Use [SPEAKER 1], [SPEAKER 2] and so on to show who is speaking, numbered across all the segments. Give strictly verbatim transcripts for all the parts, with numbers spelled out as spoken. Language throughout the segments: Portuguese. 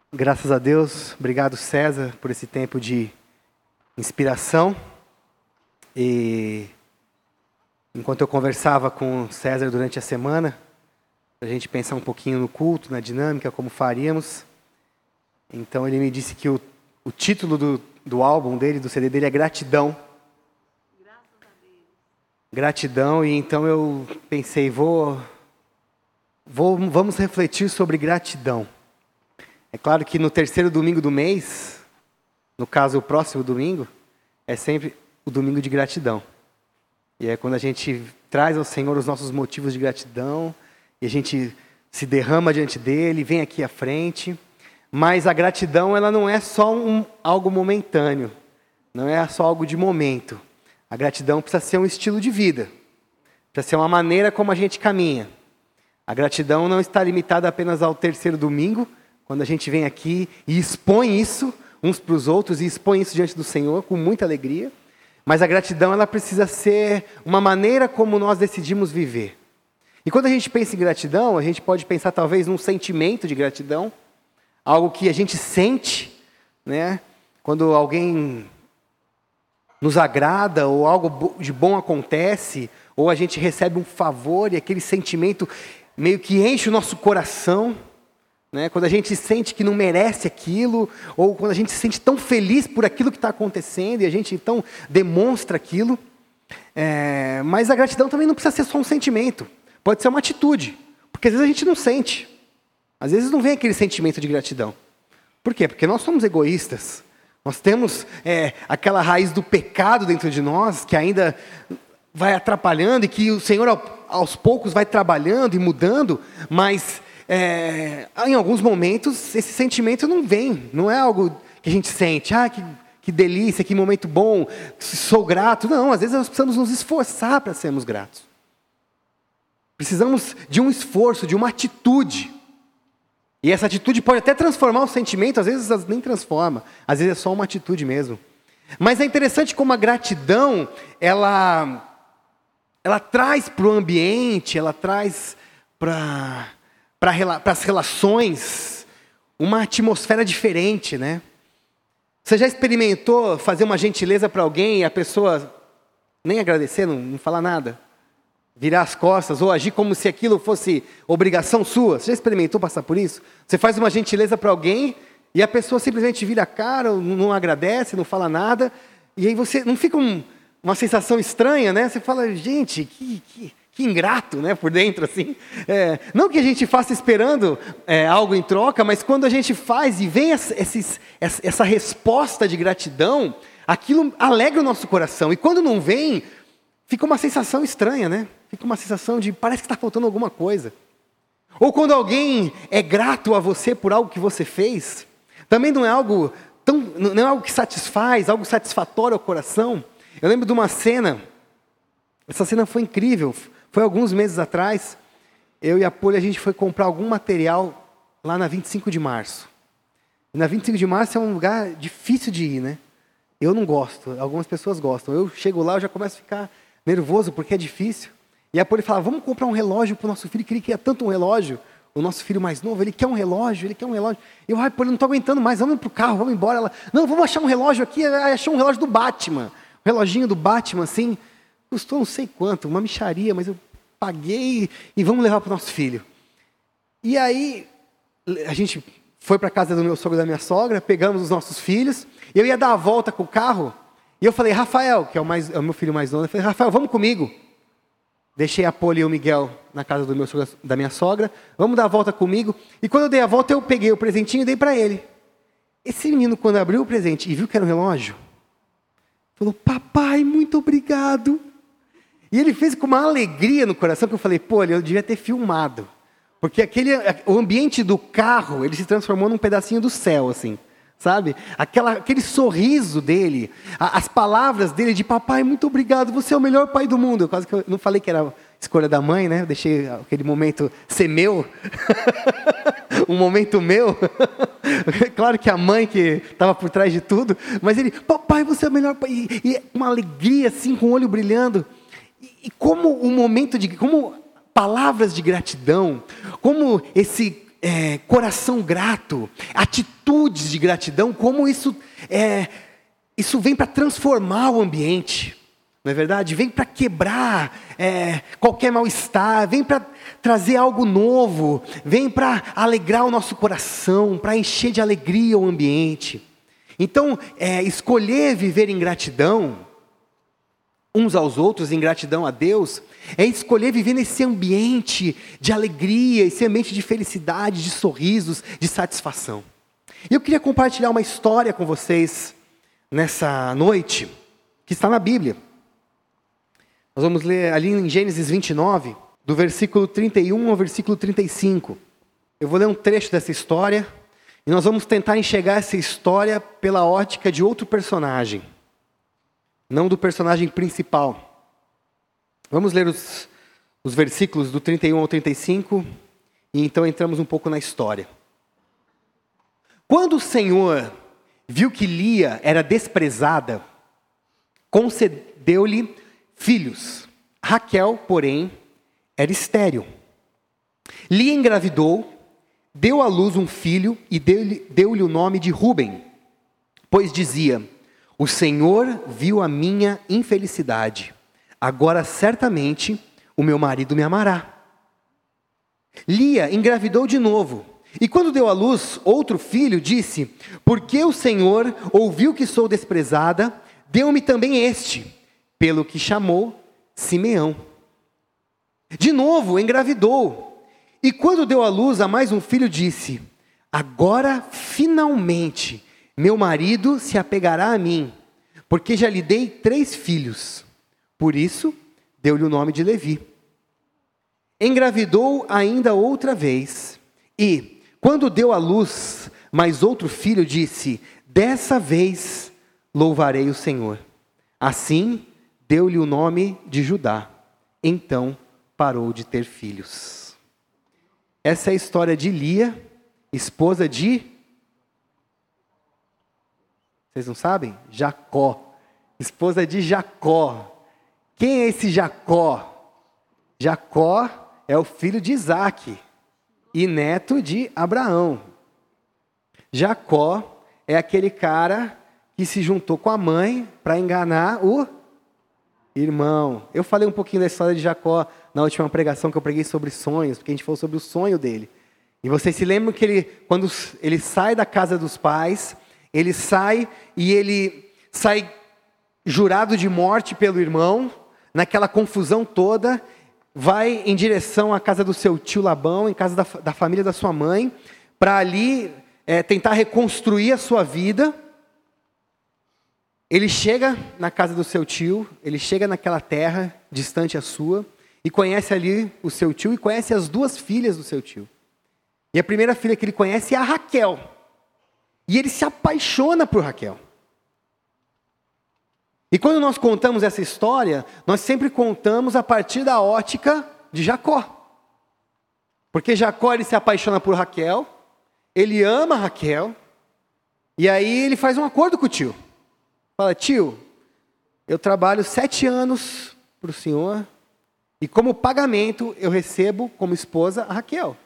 [SPEAKER 1] Graças a Deus, obrigado César por esse tempo de inspiração. E enquanto eu conversava com o César durante a semana, a gente pensar um pouquinho no culto, na dinâmica, como faríamos. Então ele me disse que o, o título do, do álbum dele, do C D dele é Gratidão.
[SPEAKER 2] Graças a Deus.
[SPEAKER 1] Gratidão, e então eu pensei, vou, vou, vamos refletir sobre gratidão. É claro que no terceiro domingo do mês, no caso o próximo domingo, é sempre o domingo de gratidão. E é quando a gente traz ao Senhor os nossos motivos de gratidão, e a gente se derrama diante dele, vem aqui à frente. Mas a gratidão, ela não é só um, algo momentâneo, não é só algo de momento. A gratidão precisa ser um estilo de vida, precisa ser uma maneira como a gente caminha. A gratidão não está limitada apenas ao terceiro domingo, quando a gente vem aqui e expõe isso uns para os outros, e expõe isso diante do Senhor com muita alegria. Mas a gratidão, ela precisa ser uma maneira como nós decidimos viver. E quando a gente pensa em gratidão, a gente pode pensar talvez num sentimento de gratidão, algo que a gente sente, né? Quando alguém nos agrada, ou algo de bom acontece, ou a gente recebe um favor, e aquele sentimento meio que enche o nosso coração, né? Quando a gente sente que não merece aquilo, ou quando a gente se sente tão feliz por aquilo que está acontecendo, e a gente então demonstra aquilo. É, mas a gratidão também não precisa ser só um sentimento, pode ser uma atitude, porque às vezes a gente não sente, às vezes não vem aquele sentimento de gratidão. Por quê? Porque nós somos egoístas, nós temos é, aquela raiz do pecado dentro de nós, que ainda vai atrapalhando, e que o Senhor aos poucos vai trabalhando e mudando, mas É, em alguns momentos esse sentimento não vem, não é algo que a gente sente, ah, que, que delícia, que momento bom, sou grato. Não, às vezes nós precisamos nos esforçar para sermos gratos. Precisamos de um esforço, de uma atitude. E essa atitude pode até transformar o sentimento, às vezes nem transforma, às vezes é só uma atitude mesmo. Mas é interessante como a gratidão, ela, ela traz para o ambiente, ela traz para... para as relações, uma atmosfera diferente, né? Você já experimentou fazer uma gentileza para alguém e a pessoa nem agradecer, não, não falar nada? Virar as costas ou agir como se aquilo fosse obrigação sua? Você já experimentou passar por isso? Você faz uma gentileza para alguém e a pessoa simplesmente vira a cara, não agradece, não fala nada, e aí você não fica um, uma sensação estranha, né? Você fala, gente, que... que Que ingrato, né, por dentro, assim. É, não que a gente faça esperando é, algo em troca, mas quando a gente faz e vem essa, esses, essa resposta de gratidão, aquilo alegra o nosso coração. E quando não vem, fica uma sensação estranha, né? Fica uma sensação de, parece que está faltando alguma coisa. Ou quando alguém é grato a você por algo que você fez, também não é algo, tão, não é algo que satisfaz, algo satisfatório ao coração. Eu lembro de uma cena, essa cena foi incrível. Foi alguns meses atrás, eu e a Poli, a gente foi comprar algum material lá na vinte e cinco de março. E na vinte e cinco de março é um lugar difícil de ir, né? Eu não gosto, algumas pessoas gostam. Eu chego lá, eu já começo a ficar nervoso, porque é difícil. E a Poli fala, vamos comprar um relógio para o nosso filho, que ele queria tanto um relógio. O nosso filho mais novo, ele quer um relógio, ele quer um relógio. Eu, ai, Poli, não estou aguentando mais, vamos para o carro, vamos embora. Ela, não, vamos achar um relógio aqui, achou um relógio do Batman. Um reloginho do Batman, assim, custou não sei quanto, uma mixaria, mas eu paguei e vamos levar para o nosso filho. E aí, a gente foi para a casa do meu sogro e da minha sogra, pegamos os nossos filhos, e eu ia dar a volta com o carro, e eu falei, Rafael, que é o, mais, é o meu filho mais novo, eu falei, Rafael, vamos comigo. Deixei a Poli e o Miguel na casa do meu sogro, da minha sogra, vamos dar a volta comigo, e quando eu dei a volta, eu peguei o presentinho e dei para ele. Esse menino, quando abriu o presente e viu que era um relógio, falou, papai, muito obrigado. E ele fez com uma alegria no coração, que eu falei, pô, eu devia ter filmado. Porque aquele, o ambiente do carro, ele se transformou num pedacinho do céu, assim, sabe? Aquela, aquele sorriso dele, a, as palavras dele de, papai, muito obrigado, você é o melhor pai do mundo. Eu quase que eu não falei que era escolha da mãe, né? Eu deixei aquele momento ser meu. Um momento meu. Claro que a mãe que estava por trás de tudo. Mas ele, papai, você é o melhor pai. E, e uma alegria, assim, com o olho brilhando. E como um momento de, como palavras de gratidão, como esse, é, coração grato, atitudes de gratidão, como isso, é, isso vem para transformar o ambiente. Não é verdade? Vem para quebrar é, qualquer mal-estar, vem para trazer algo novo, vem para alegrar o nosso coração, para encher de alegria o ambiente. Então, é, escolher viver em gratidão, uns aos outros, em gratidão a Deus, é escolher viver nesse ambiente de alegria, esse ambiente de felicidade, de sorrisos, de satisfação. E eu queria compartilhar uma história com vocês nessa noite, que está na Bíblia. Nós vamos ler ali em Gênesis vinte e nove, do versículo trinta e um ao versículo trinta e cinco. Eu vou ler um trecho dessa história, e nós vamos tentar enxergar essa história pela ótica de outro personagem, não do personagem principal. Vamos ler os, os versículos do trinta e um ao trinta e cinco, e então entramos um pouco na história. Quando o Senhor viu que Lia era desprezada, concedeu-lhe filhos. Raquel, porém, era estéril. Lia engravidou, deu à luz um filho e deu-lhe, deu-lhe o nome de Ruben, pois dizia: o Senhor viu a minha infelicidade, agora certamente o meu marido me amará. Lia engravidou de novo, e quando deu à luz outro filho, disse: porque o Senhor ouviu que sou desprezada, deu-me também este, pelo que chamou Simeão. De novo engravidou, e quando deu à luz a mais um filho, disse: agora finalmente meu marido se apegará a mim, porque já lhe dei três filhos. Por isso deu-lhe o nome de Levi. Engravidou ainda outra vez, e quando deu à luz mais outro filho, disse: dessa vez louvarei o Senhor. Assim deu-lhe o nome de Judá. Então parou de ter filhos. Essa é a história de Lia, esposa de... Vocês não sabem? Jacó. Esposa de Jacó. Quem é esse Jacó? Jacó é o filho de Isaac e neto de Abraão. Jacó é aquele cara que se juntou com a mãe para enganar o irmão. Eu falei um pouquinho da história de Jacó na última pregação que eu preguei sobre sonhos, porque a gente falou sobre o sonho dele. E vocês se lembram que ele, quando ele sai da casa dos pais, ele sai e ele sai jurado de morte pelo irmão, naquela confusão toda, vai em direção à casa do seu tio Labão, em casa da, da família da sua mãe, para ali é, tentar reconstruir a sua vida. Ele chega na casa do seu tio, ele chega naquela terra distante a sua, e conhece ali o seu tio, e conhece as duas filhas do seu tio. E a primeira filha que ele conhece é a Raquel. E ele se apaixona por Raquel. E quando nós contamos essa história, nós sempre contamos a partir da ótica de Jacó. Porque Jacó, ele se apaixona por Raquel, ele ama Raquel, e aí ele faz um acordo com o tio. Fala: tio, eu trabalho sete anos para o senhor, e como pagamento eu recebo como esposa a Raquel.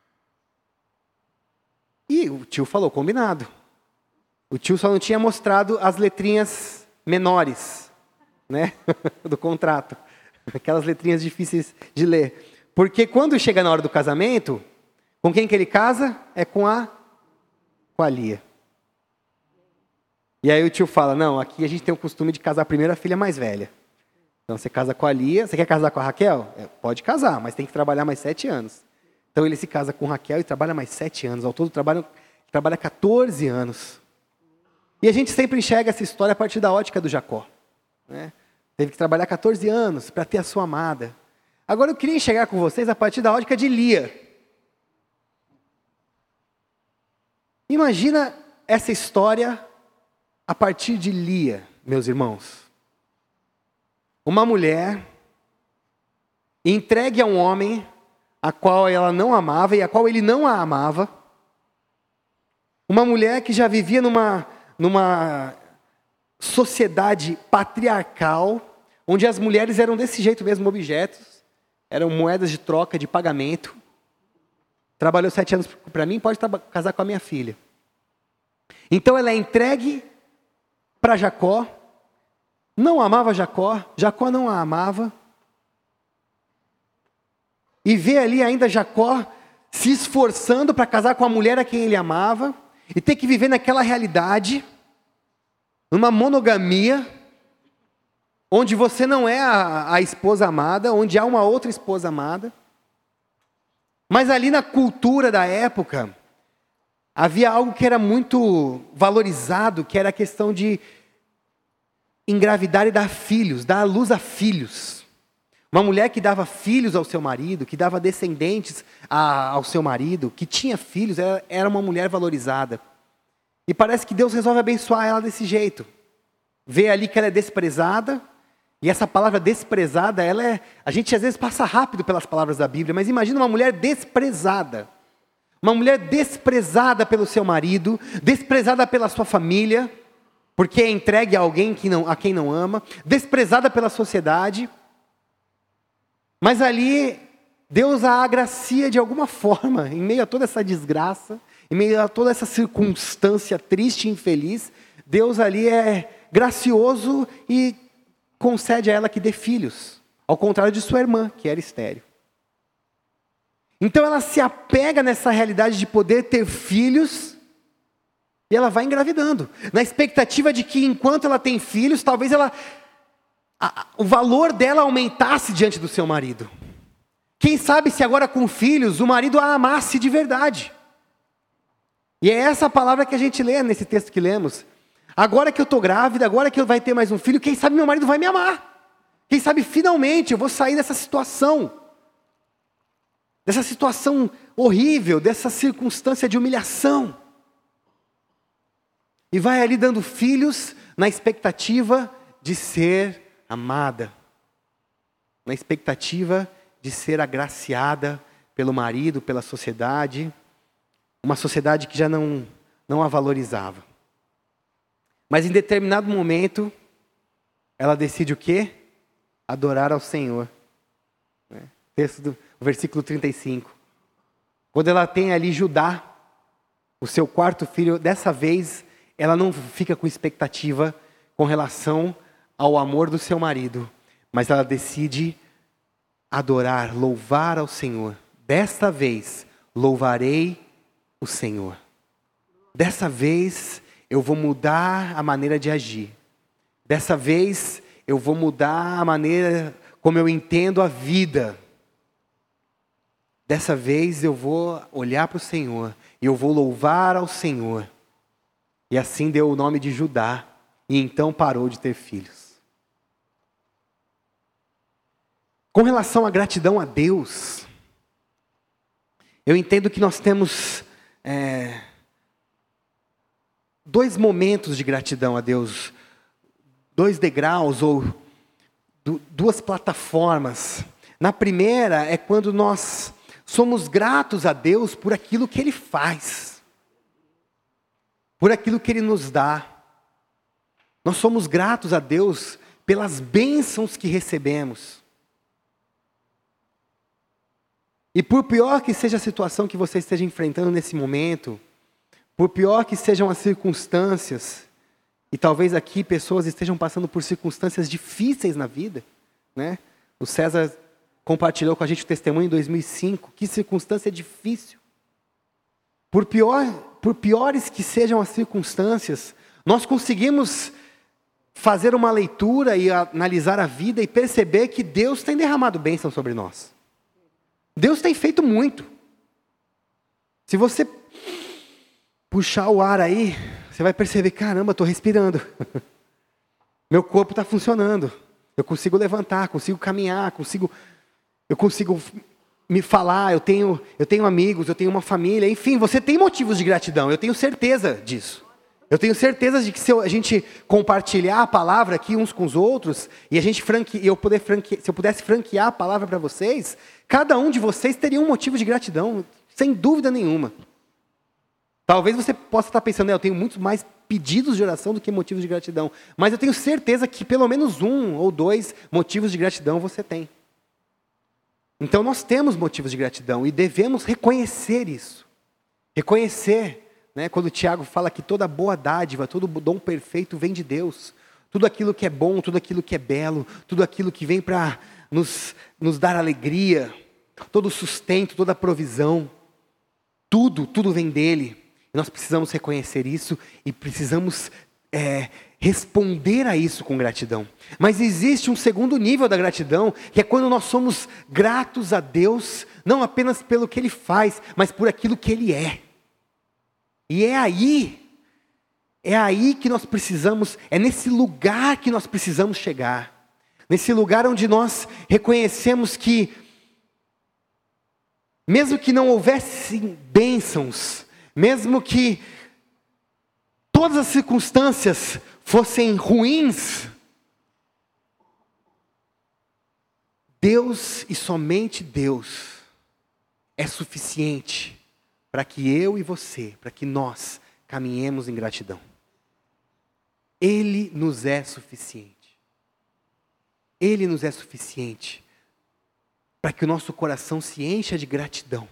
[SPEAKER 1] E o tio falou: combinado. O tio só não tinha mostrado as letrinhas menores, né, do contrato. Aquelas letrinhas difíceis de ler. Porque quando chega na hora do casamento, com quem que ele casa? É com a, com a Lia. E aí o tio fala: não, aqui a gente tem o costume de casar primeiro a filha mais velha. Então você casa com a Lia. Você quer casar com a Raquel? É, pode casar, mas tem que trabalhar mais sete anos. Então ele se casa com Raquel e trabalha mais sete anos. Ao todo trabalha, trabalha quatorze anos. E a gente sempre enxerga essa história a partir da ótica do Jacó, né? Teve que trabalhar quatorze anos para ter a sua amada. Agora eu queria enxergar com vocês a partir da ótica de Lia. Imagina essa história a partir de Lia, meus irmãos. Uma mulher entregue a um homem a qual ela não amava e a qual ele não a amava. Uma mulher que já vivia numa, numa sociedade patriarcal, onde as mulheres eram desse jeito mesmo, objetos, eram moedas de troca, de pagamento. trabalhou sete anos para mim, pode casar com a minha filha. Então ela é entregue para Jacó, não amava Jacó, Jacó não a amava, e vê ali ainda Jacó se esforçando para casar com a mulher a quem ele amava, e ter que viver naquela realidade, numa monogamia, onde você não é a, a esposa amada, onde há uma outra esposa amada. Mas ali na cultura da época, havia algo que era muito valorizado, que era a questão de engravidar e dar filhos, dar à luz a filhos. Uma mulher que dava filhos ao seu marido, que dava descendentes a, ao seu marido, que tinha filhos, era, era uma mulher valorizada. E parece que Deus resolve abençoar ela desse jeito. Vê ali que ela é desprezada, e essa palavra desprezada, ela é, a gente às vezes passa rápido pelas palavras da Bíblia, mas imagina uma mulher desprezada. Uma mulher desprezada pelo seu marido, desprezada pela sua família, porque é entregue a alguém que não, a quem não ama, desprezada pela sociedade. Mas ali, Deus a agracia de alguma forma, em meio a toda essa desgraça, em meio a toda essa circunstância triste e infeliz, Deus ali é gracioso e concede a ela que dê filhos, ao contrário de sua irmã, que era estéril. Então ela se apega nessa realidade de poder ter filhos, e ela vai engravidando, na expectativa de que enquanto ela tem filhos, talvez ela, a, o valor dela aumentasse diante do seu marido. Quem sabe se agora com filhos, o marido a amasse de verdade. E é essa a palavra que a gente lê nesse texto que lemos. Agora que eu estou grávida, agora que eu vai ter mais um filho, quem sabe meu marido vai me amar. Quem sabe finalmente eu vou sair dessa situação. Dessa situação horrível, dessa circunstância de humilhação. E vai ali dando filhos na expectativa de ser amada. Na expectativa de ser agraciada pelo marido, pela sociedade. Uma sociedade que já não, não a valorizava. Mas em determinado momento, ela decide o quê? Adorar ao Senhor. Né? Texto do versículo trinta e cinco. Quando ela tem ali Judá, o seu quarto filho, dessa vez, ela não fica com expectativa com relação ao amor do seu marido, mas ela decide adorar, louvar ao Senhor. Desta vez, louvarei o Senhor. Dessa vez, eu vou mudar a maneira de agir. Dessa vez, eu vou mudar a maneira como eu entendo a vida. Dessa vez, eu vou olhar para o Senhor e eu vou louvar ao Senhor. E assim deu o nome de Judá, e então parou de ter filhos. Com relação à gratidão a Deus, eu entendo que nós temos é, dois momentos de gratidão a Deus, dois degraus ou du- duas plataformas. Na primeira é quando nós somos gratos a Deus por aquilo que Ele faz, por aquilo que Ele nos dá. Nós somos gratos a Deus pelas bênçãos que recebemos. E por pior que seja a situação que você esteja enfrentando nesse momento, por pior que sejam as circunstâncias, e talvez aqui pessoas estejam passando por circunstâncias difíceis na vida, né? O César compartilhou com a gente o testemunho em dois mil e cinco, que circunstância difícil. Por, pior, por piores que sejam as circunstâncias, nós conseguimos fazer uma leitura e analisar a vida e perceber que Deus tem derramado bênção sobre nós. Deus tem feito muito. Se você puxar o ar aí, você vai perceber, caramba, estou respirando. Meu corpo está funcionando. Eu consigo levantar, consigo caminhar, consigo, eu consigo me falar, eu tenho, eu tenho amigos, eu tenho uma família, enfim, você tem motivos de gratidão, eu tenho certeza disso. Eu tenho certeza de que se a gente compartilhar a palavra aqui uns com os outros, e a gente franque, eu poder franque, se eu pudesse franquear a palavra para vocês, cada um de vocês teria um motivo de gratidão, sem dúvida nenhuma. Talvez você possa estar pensando, eu tenho muitos mais pedidos de oração do que motivos de gratidão, mas eu tenho certeza que pelo menos um ou dois motivos de gratidão você tem. Então nós temos motivos de gratidão e devemos reconhecer isso. Reconhecer, né, quando o Tiago fala que toda boa dádiva, todo dom perfeito vem de Deus. Tudo aquilo que é bom, tudo aquilo que é belo, tudo aquilo que vem para nos, nos dar alegria, todo o sustento, toda a provisão, tudo, tudo vem dele. E nós precisamos reconhecer isso e precisamos é, responder a isso com gratidão. Mas existe um segundo nível da gratidão, que é quando nós somos gratos a Deus, não apenas pelo que Ele faz, mas por aquilo que Ele é. E é aí, é aí que nós precisamos, é nesse lugar que nós precisamos chegar. Nesse lugar onde nós reconhecemos que, mesmo que não houvesse bênçãos, mesmo que todas as circunstâncias fossem ruins, Deus e somente Deus é suficiente para que eu e você, para que nós caminhemos em gratidão. Ele nos é suficiente. Ele nos é suficiente para que o nosso coração se encha de gratidão.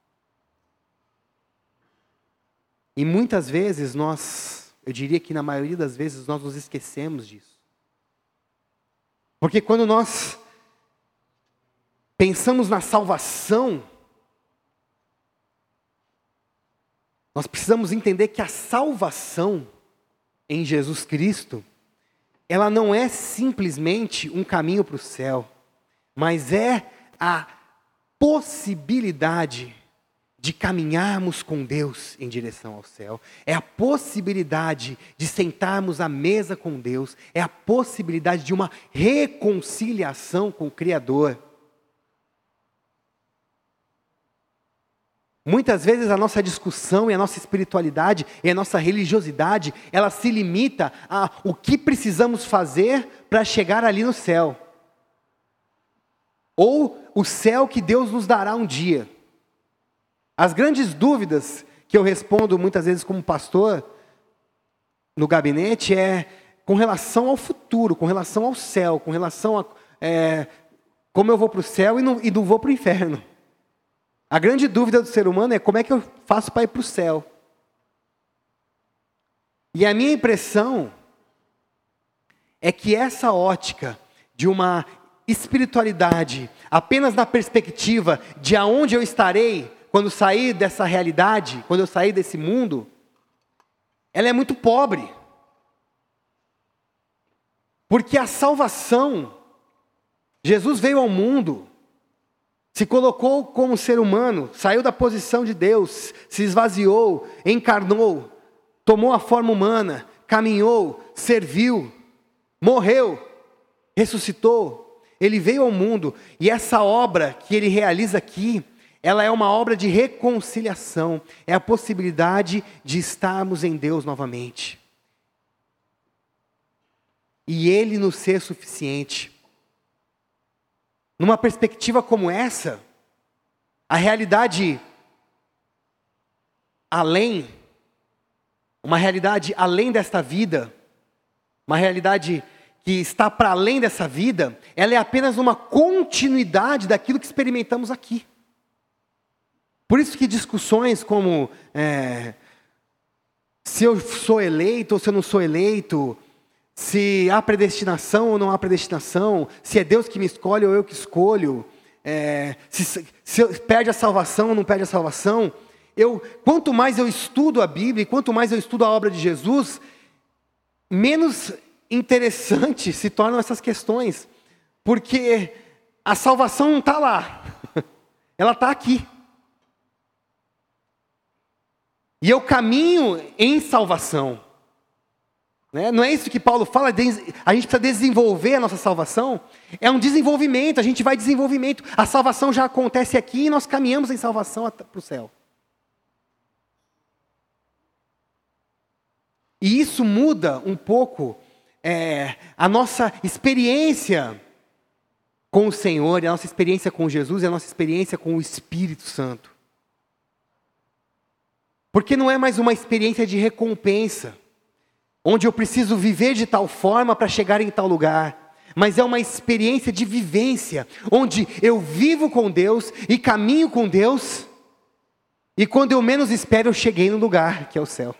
[SPEAKER 1] E muitas vezes nós, eu diria que na maioria das vezes nós nos esquecemos disso. Porque quando nós pensamos na salvação, nós precisamos entender que a salvação em Jesus Cristo, ela não é simplesmente um caminho para o céu, mas é a possibilidade de caminharmos com Deus em direção ao céu. É a possibilidade de sentarmos à mesa com Deus. É a possibilidade de uma reconciliação com o Criador. Muitas vezes a nossa discussão e a nossa espiritualidade e a nossa religiosidade, ela se limita a o que precisamos fazer para chegar ali no céu. Ou o céu que Deus nos dará um dia. As grandes dúvidas que eu respondo muitas vezes como pastor no gabinete é com relação ao futuro, com relação ao céu, com relação a é, como eu vou para o céu e não, e não vou para o inferno. A grande dúvida do ser humano é como é que eu faço para ir para o céu. E a minha impressão é que essa ótica de uma espiritualidade apenas na perspectiva de aonde eu estarei quando sair dessa realidade, quando eu sair desse mundo, ela é muito pobre. Porque a salvação, Jesus veio ao mundo, se colocou como ser humano, saiu da posição de Deus, se esvaziou, encarnou, tomou a forma humana, caminhou, serviu, morreu, ressuscitou. Ele veio ao mundo e essa obra que ele realiza aqui, ela é uma obra de reconciliação, é a possibilidade de estarmos em Deus novamente. E Ele nos ser suficiente. Numa perspectiva como essa, a realidade além, uma realidade além desta vida, uma realidade que está para além dessa vida, ela é apenas uma continuidade daquilo que experimentamos aqui. Por isso que discussões como é, se eu sou eleito ou se eu não sou eleito, se há predestinação ou não há predestinação, se é Deus que me escolhe ou eu que escolho, é, se, se perde a salvação ou não perde a salvação, eu, quanto mais eu estudo a Bíblia, e quanto mais eu estudo a obra de Jesus, menos interessante se tornam essas questões, porque a salvação não está lá, ela está aqui. E eu caminho em salvação. Né? Não é isso que Paulo fala, a gente precisa desenvolver a nossa salvação. É um desenvolvimento, a gente vai desenvolvimento. A salvação já acontece aqui e nós caminhamos em salvação para o céu. E isso muda um pouco é, a nossa experiência com o Senhor, a nossa experiência com Jesus e a nossa experiência com o Espírito Santo. Porque não é mais uma experiência de recompensa, onde eu preciso viver de tal forma para chegar em tal lugar. mas é uma experiência de vivência, onde eu vivo com Deus e caminho com Deus, e quando eu menos espero, eu cheguei no lugar que é o céu.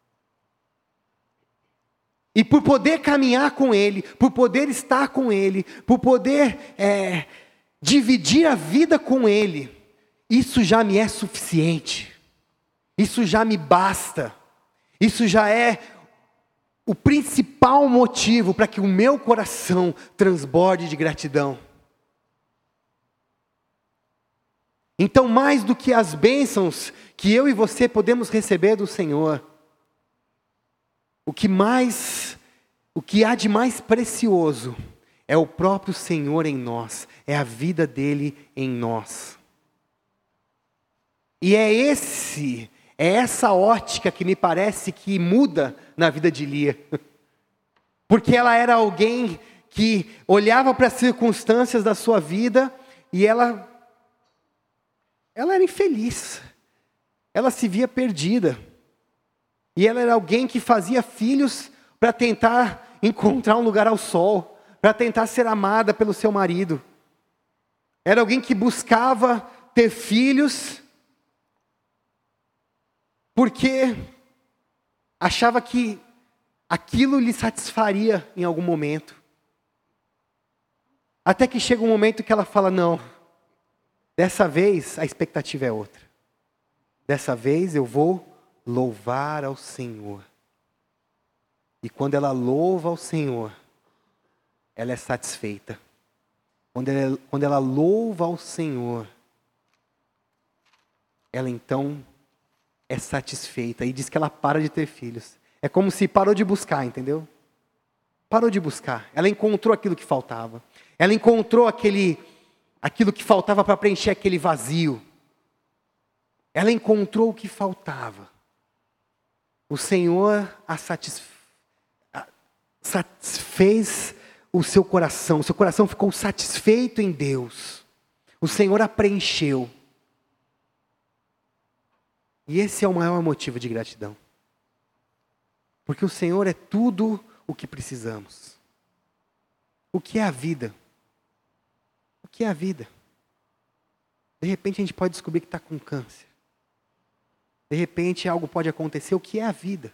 [SPEAKER 1] E por poder caminhar com Ele, por poder estar com Ele, por poder é, dividir a vida com Ele, isso já me é suficiente, isso já me basta, isso já é o principal motivo para que o meu coração transborde de gratidão. Então, mais do que as bênçãos que eu e você podemos receber do Senhor, o que mais, o que há de mais precioso é o próprio Senhor em nós, é a vida dele em nós. E é esse, é essa ótica que me parece que muda na vida de Lia. Porque ela era alguém que olhava para as circunstâncias da sua vida e ela, ela era infeliz. Ela se via perdida. E ela era alguém que fazia filhos para tentar encontrar um lugar ao sol, para tentar ser amada pelo seu marido. Era alguém que buscava ter filhos porque achava que aquilo lhe satisfaria em algum momento. Até que chega um momento que ela fala, não, dessa vez a expectativa é outra. Dessa vez eu vou louvar ao Senhor. E quando ela louva ao Senhor, ela é satisfeita. Quando ela, quando ela louva ao Senhor, ela então é satisfeita. E diz que ela para de ter filhos. É como se parou de buscar, entendeu? Parou de buscar. Ela encontrou aquilo que faltava. Ela encontrou aquele, aquilo que faltava para preencher aquele vazio. Ela encontrou o que faltava. O Senhor a satisfez, a satisfez o seu coração. O seu coração ficou satisfeito em Deus. O Senhor a preencheu. E esse é o maior motivo de gratidão. Porque o Senhor é tudo o que precisamos. O que é a vida? O que é a vida? De repente a gente pode descobrir que está com câncer. De repente algo pode acontecer. O que é a vida?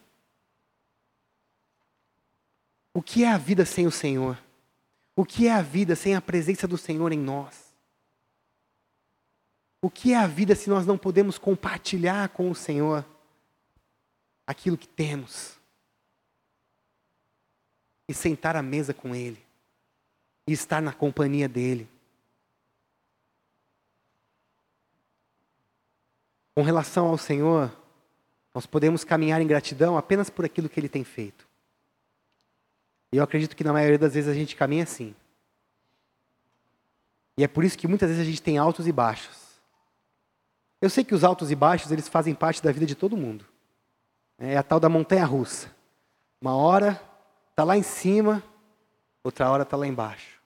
[SPEAKER 1] O que é a vida sem o Senhor? O que é a vida sem a presença do Senhor em nós? O que é a vida se nós não podemos compartilhar com o Senhor aquilo que temos? E sentar à mesa com Ele. E estar na companhia dEle. Com relação ao Senhor, nós podemos caminhar em gratidão apenas por aquilo que Ele tem feito. E eu acredito que na maioria das vezes a gente caminha assim. E é por isso que muitas vezes a gente tem altos e baixos. Eu sei que os altos e baixos, eles fazem parte da vida de todo mundo. É a tal da montanha-russa. Uma hora está lá em cima, outra hora está lá embaixo.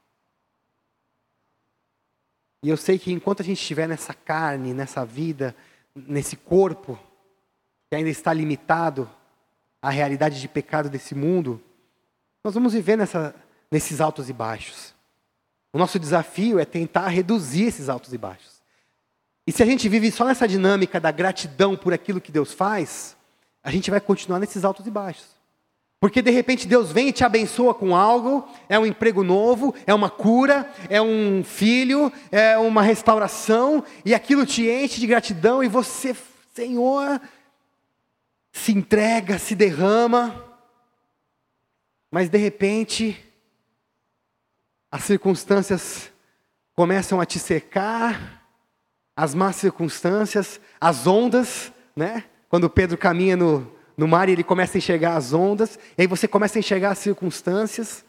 [SPEAKER 1] E eu sei que enquanto a gente estiver nessa carne, nessa vida, nesse corpo, que ainda está limitado à realidade de pecado desse mundo, nós vamos viver nessa, nesses altos e baixos. O nosso desafio é tentar reduzir esses altos e baixos. E se a gente vive só nessa dinâmica da gratidão por aquilo que Deus faz, a gente vai continuar nesses altos e baixos. Porque de repente Deus vem e te abençoa com algo, é um emprego novo, é uma cura, é um filho, é uma restauração, e aquilo te enche de gratidão e você, Senhor, se entrega, se derrama, mas de repente as circunstâncias começam a te cercar, as más circunstâncias, as ondas, né? Quando Pedro caminha no, no mar e ele começa a enxergar as ondas, e aí você começa a enxergar as circunstâncias.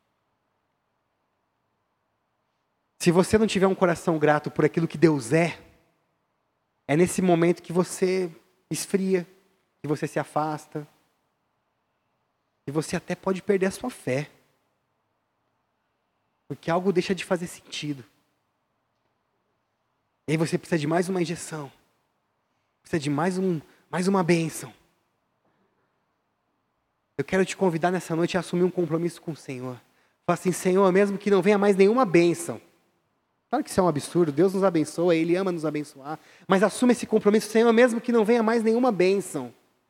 [SPEAKER 1] Se você não tiver um coração grato por aquilo que Deus é, é nesse momento que você esfria, que você se afasta, e você até pode perder a sua fé, porque algo deixa de fazer sentido. E aí você precisa de mais uma injeção. Precisa de mais, um, mais uma bênção. Eu quero te convidar nessa noite a assumir um compromisso com o Senhor. Fala assim, Senhor, mesmo que não venha mais nenhuma bênção. Claro que isso é um absurdo, Deus nos abençoa, Ele ama nos abençoar. Mas assume esse compromisso, Senhor, mesmo que não venha mais nenhuma bênção.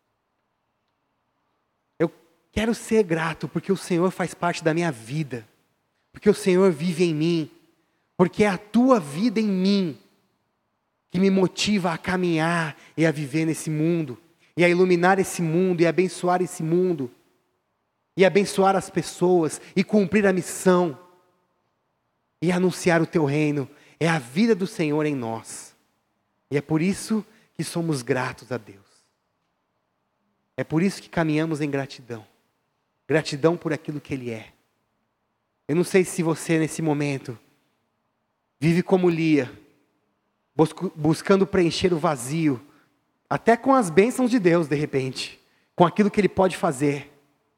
[SPEAKER 1] Eu quero ser grato porque o Senhor faz parte da minha vida. Porque o Senhor vive em mim. Porque é a tua vida em mim que me motiva a caminhar e a viver nesse mundo. E a iluminar esse mundo, e a abençoar esse mundo. E abençoar as pessoas, e cumprir a missão. E anunciar o teu reino. É a vida do Senhor em nós. E é por isso que somos gratos a Deus. É por isso que caminhamos em gratidão. Gratidão por aquilo que Ele é. Eu não sei se você nesse momento vive como Lia, buscando preencher o vazio, até com as bênçãos de Deus de repente, com aquilo que Ele pode fazer.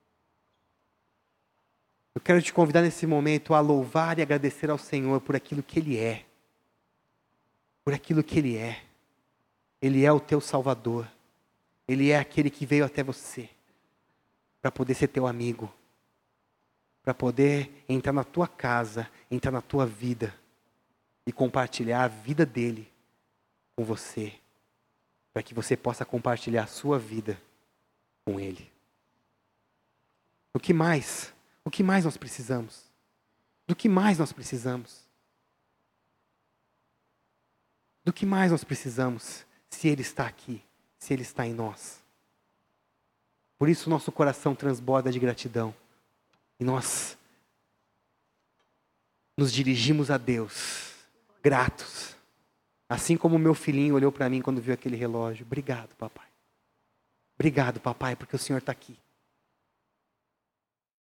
[SPEAKER 1] Eu quero te convidar nesse momento a louvar e agradecer ao Senhor por aquilo que Ele é. Por aquilo que Ele é. Ele é o teu Salvador. Ele é aquele que veio até você para poder ser teu amigo. Para poder entrar na tua casa, entrar na tua vida e compartilhar a vida dele com você. Para que você possa compartilhar a sua vida com ele. O que mais? O que mais nós precisamos? Do que mais nós precisamos? Do que mais nós precisamos se Ele está aqui, se Ele está em nós? Por isso nosso coração transborda de gratidão. E nós nos dirigimos a Deus, gratos. Assim como o meu filhinho olhou para mim quando viu aquele relógio. Obrigado, papai. Obrigado, papai, porque o Senhor está aqui.